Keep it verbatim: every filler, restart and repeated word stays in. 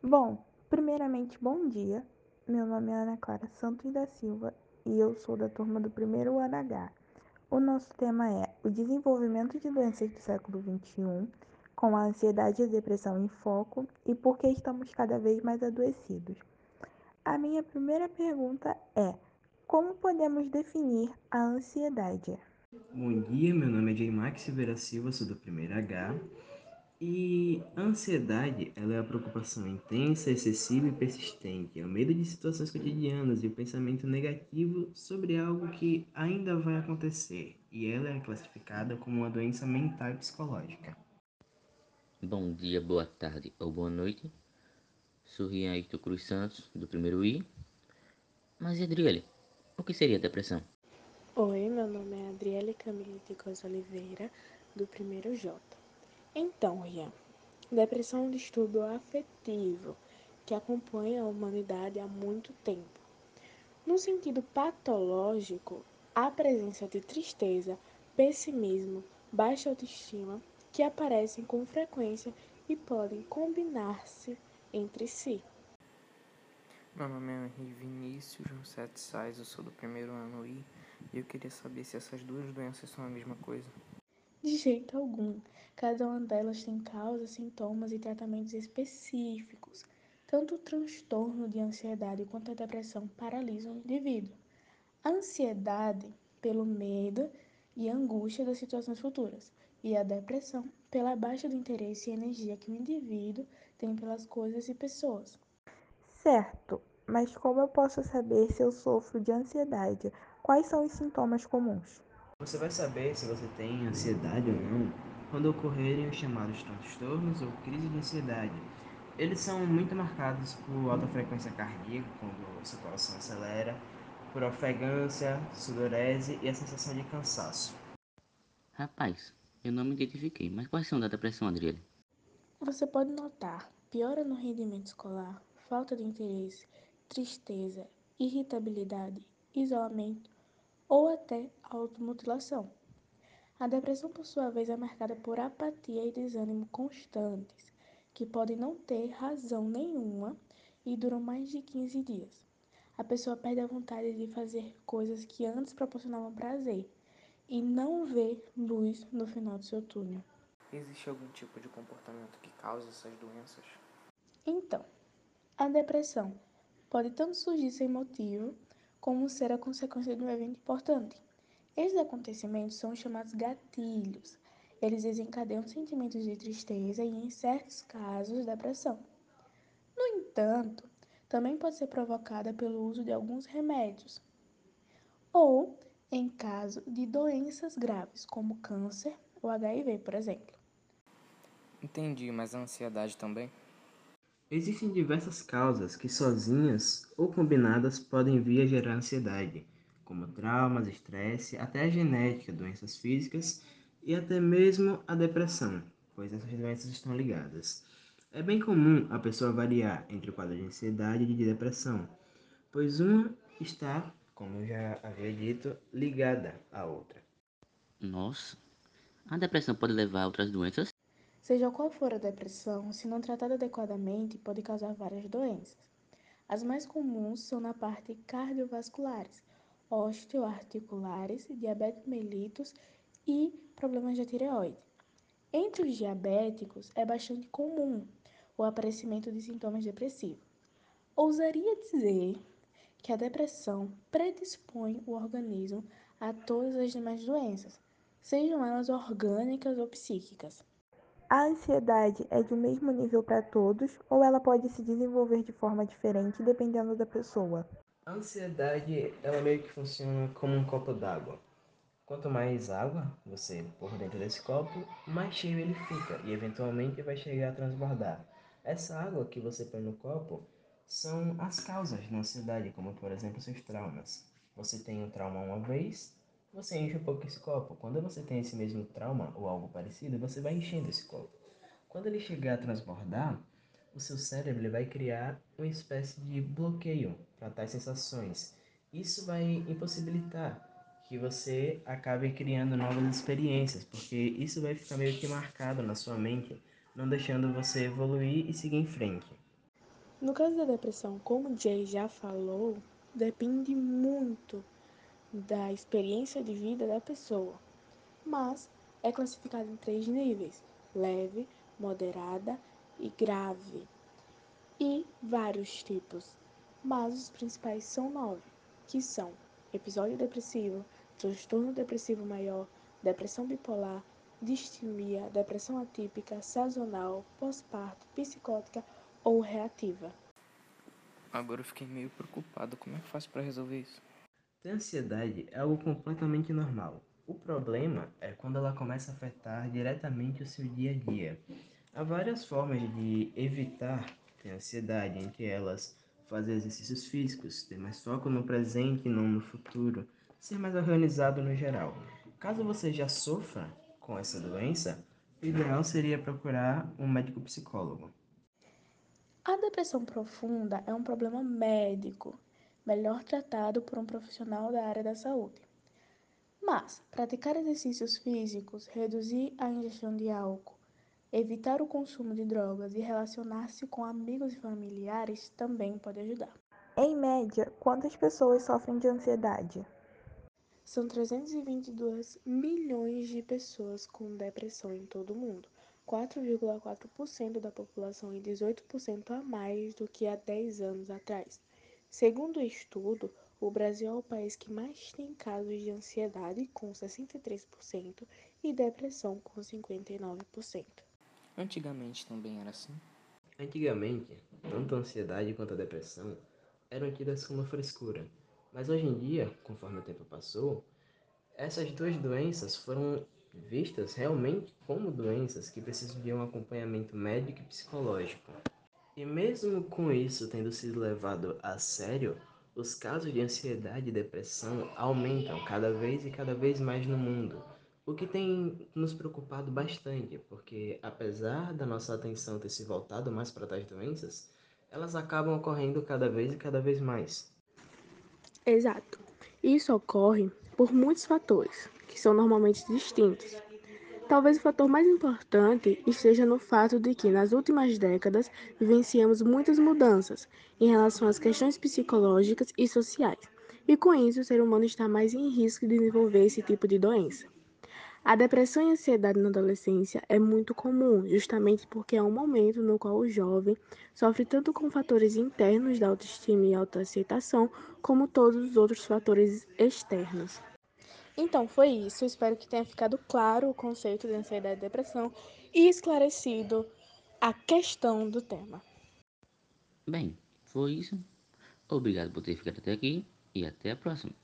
Bom, primeiramente, bom dia. Meu nome é Ana Clara Santos da Silva e eu sou da turma do primeiro ano H. O nosso tema é o desenvolvimento de doenças do século vinte e um, com a ansiedade e a depressão em foco e por que estamos cada vez mais adoecidos. A minha primeira pergunta é: como podemos definir a ansiedade? Bom dia, meu nome é Jaymax Silveira Silva, sou do primeiro H. E a ansiedade, ela é a preocupação intensa, excessiva e persistente. É o medo de situações cotidianas e o pensamento negativo sobre algo que ainda vai acontecer. E ela é classificada como uma doença mental e psicológica. Bom dia, boa tarde ou boa noite. Sou Rian Ayrton Cruz Santos, do primeiro I. Mas e Adriele, o que seria depressão? Oi, meu nome é Adriele Camille de Costa Oliveira, do primeiro J. Então, Rian, depressão é um distúrbio afetivo que acompanha a humanidade há muito tempo. No sentido patológico, a presença de tristeza, pessimismo, baixa autoestima, que aparecem com frequência e podem combinar-se entre si. Meu nome é Henri Vinícius Juncete Sais, eu sou do primeiro ano I e eu queria saber se essas duas doenças são a mesma coisa. De jeito algum, cada uma delas tem causas, sintomas e tratamentos específicos. Tanto o transtorno de ansiedade quanto a depressão paralisam o indivíduo. A ansiedade, pelo medo e angústia das situações futuras, e a depressão, pela baixa do interesse e energia que o indivíduo tem pelas coisas e pessoas. Certo, mas como eu posso saber se eu sofro de ansiedade? Quais são os sintomas comuns? Você vai saber se você tem ansiedade ou não quando ocorrerem os chamados transtornos ou crise de ansiedade. Eles são muito marcados por alta frequência cardíaca, quando seu coração acelera, por ofegância, sudorese e a sensação de cansaço. Rapaz, eu não me identifiquei, mas quais são da depressão, Adriele? Você pode notar piora no rendimento escolar, falta de interesse, tristeza, irritabilidade, isolamento ou até automutilação. A depressão, por sua vez, é marcada por apatia e desânimo constantes, que podem não ter razão nenhuma e duram mais de quinze dias. A pessoa perde a vontade de fazer coisas que antes proporcionavam prazer e não vê luz no final do seu túnel. Existe algum tipo de comportamento que causa essas doenças? Então, a depressão pode tanto surgir sem motivo, como ser a consequência de um evento importante. Esses acontecimentos são chamados gatilhos. Eles desencadeiam sentimentos de tristeza e, em certos casos, depressão. No entanto, também pode ser provocada pelo uso de alguns remédios, ou em caso de doenças graves, como câncer ou H I V, por exemplo. Entendi, mas a ansiedade também? Existem diversas causas que sozinhas ou combinadas podem vir a gerar ansiedade, como traumas, estresse, até a genética, doenças físicas e até mesmo a depressão, pois essas doenças estão ligadas. É bem comum a pessoa variar entre o quadro de ansiedade e de depressão, pois uma está, como eu já havia dito, ligada à outra. Nossa, a depressão pode levar a outras doenças? Seja qual for a depressão, se não tratada adequadamente, pode causar várias doenças. As mais comuns são na parte cardiovasculares, osteoarticulares, diabetes mellitus e problemas da tireoide. Entre os diabéticos, é bastante comum o aparecimento de sintomas depressivos. Ousaria dizer que a depressão predispõe o organismo a todas as demais doenças, sejam elas orgânicas ou psíquicas. A ansiedade é de um mesmo nível para todos ou ela pode se desenvolver de forma diferente dependendo da pessoa? A ansiedade, ela meio que funciona como um copo d'água. Quanto mais água você pôr dentro desse copo, mais cheio ele fica e eventualmente vai chegar a transbordar. Essa água que você põe no copo são as causas da ansiedade, como por exemplo seus traumas. Você tem um trauma uma vez, você enche um pouco esse copo. Quando você tem esse mesmo trauma ou algo parecido, você vai enchendo esse copo. Quando ele chegar a transbordar, o seu cérebro ele vai criar uma espécie de bloqueio para tais sensações. Isso vai impossibilitar que você acabe criando novas experiências, porque isso vai ficar meio que marcado na sua mente, não deixando você evoluir e seguir em frente. No caso da depressão, como o Jay já falou, depende muito da experiência de vida da pessoa, mas é classificado em três níveis: leve, moderada e grave, e vários tipos, mas os principais são nove, que são episódio depressivo, transtorno depressivo maior, depressão bipolar, distimia, depressão atípica, sazonal, pós-parto, psicótica ou reativa. Agora eu fiquei meio preocupado. Como é que eu faço para resolver isso? Ter ansiedade é algo completamente normal. O problema é quando ela começa a afetar diretamente o seu dia a dia. Há várias formas de evitar ter ansiedade, entre elas fazer exercícios físicos, ter mais foco no presente e não no futuro, ser mais organizado no geral. Caso você já sofra com essa doença, o ideal seria procurar um médico psicólogo. A depressão profunda é um problema médico, melhor tratado por um profissional da área da saúde. Mas praticar exercícios físicos, reduzir a ingestão de álcool, evitar o consumo de drogas e relacionar-se com amigos e familiares também pode ajudar. Em média, quantas pessoas sofrem de ansiedade? São trezentos e vinte e dois milhões de pessoas com depressão em todo o mundo, quatro vírgula quatro por cento da população e dezoito por cento a mais do que há dez anos atrás. Segundo o estudo, o Brasil é o país que mais tem casos de ansiedade, com sessenta e três por cento, e depressão, com cinquenta e nove por cento. Antigamente também era assim? Antigamente, tanto a ansiedade quanto a depressão eram tidas como frescura, mas hoje em dia, conforme o tempo passou, essas duas doenças foram vistas realmente como doenças que precisam de um acompanhamento médico e psicológico. E mesmo com isso tendo sido levado a sério, os casos de ansiedade e depressão aumentam cada vez e cada vez mais no mundo, o que tem nos preocupado bastante, porque apesar da nossa atenção ter se voltado mais para tais doenças, elas acabam ocorrendo cada vez e cada vez mais. Exato. Isso ocorre por muitos fatores, que são normalmente distintos. Talvez o fator mais importante esteja no fato de que, nas últimas décadas, vivenciamos muitas mudanças em relação às questões psicológicas e sociais, e com isso o ser humano está mais em risco de desenvolver esse tipo de doença. A depressão e a ansiedade na adolescência é muito comum, justamente porque é um momento no qual o jovem sofre tanto com fatores internos da autoestima e autoaceitação, como todos os outros fatores externos. Então, foi isso. Espero que tenha ficado claro o conceito de ansiedade e depressão e esclarecido a questão do tema. Bem, foi isso. Obrigado por ter ficado até aqui e até a próxima.